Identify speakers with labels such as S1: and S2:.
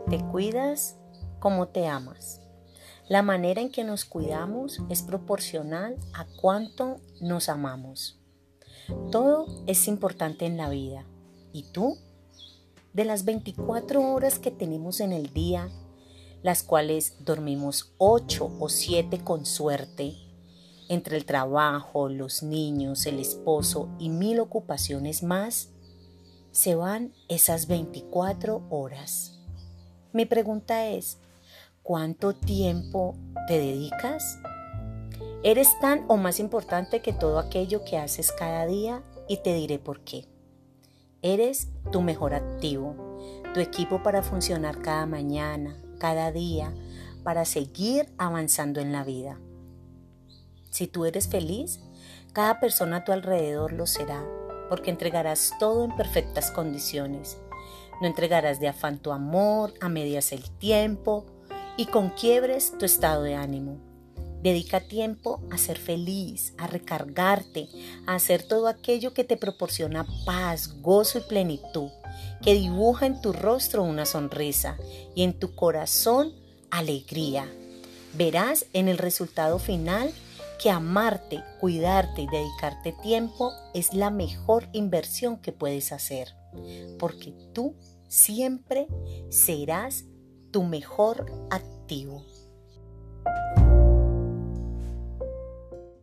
S1: Te cuidas como te amas. La manera en que nos cuidamos es proporcional a cuánto nos amamos. Todo es importante en la vida. ¿Y tú? De las 24 horas que tenemos en el día, las cuales dormimos 8 o 7 con suerte, entre el trabajo, los niños, el esposo y 1000 ocupaciones más, se van esas 24 horas. Mi pregunta es, ¿cuánto tiempo te dedicas? ¿Eres tan o más importante que todo aquello que haces cada día? Y te diré por qué. Eres tu mejor activo, tu equipo para funcionar cada mañana, cada día, para seguir avanzando en la vida. Si tú eres feliz, cada persona a tu alrededor lo será, porque entregarás todo en perfectas condiciones. No entregarás de afán tu amor, a medias el tiempo y con quiebres tu estado de ánimo. Dedica tiempo a ser feliz, a recargarte, a hacer todo aquello que te proporciona paz, gozo y plenitud, que dibuja en tu rostro una sonrisa y en tu corazón alegría. Verás en el resultado final que amarte, cuidarte y dedicarte tiempo es la mejor inversión que puedes hacer, porque tú siempre serás tu mejor activo.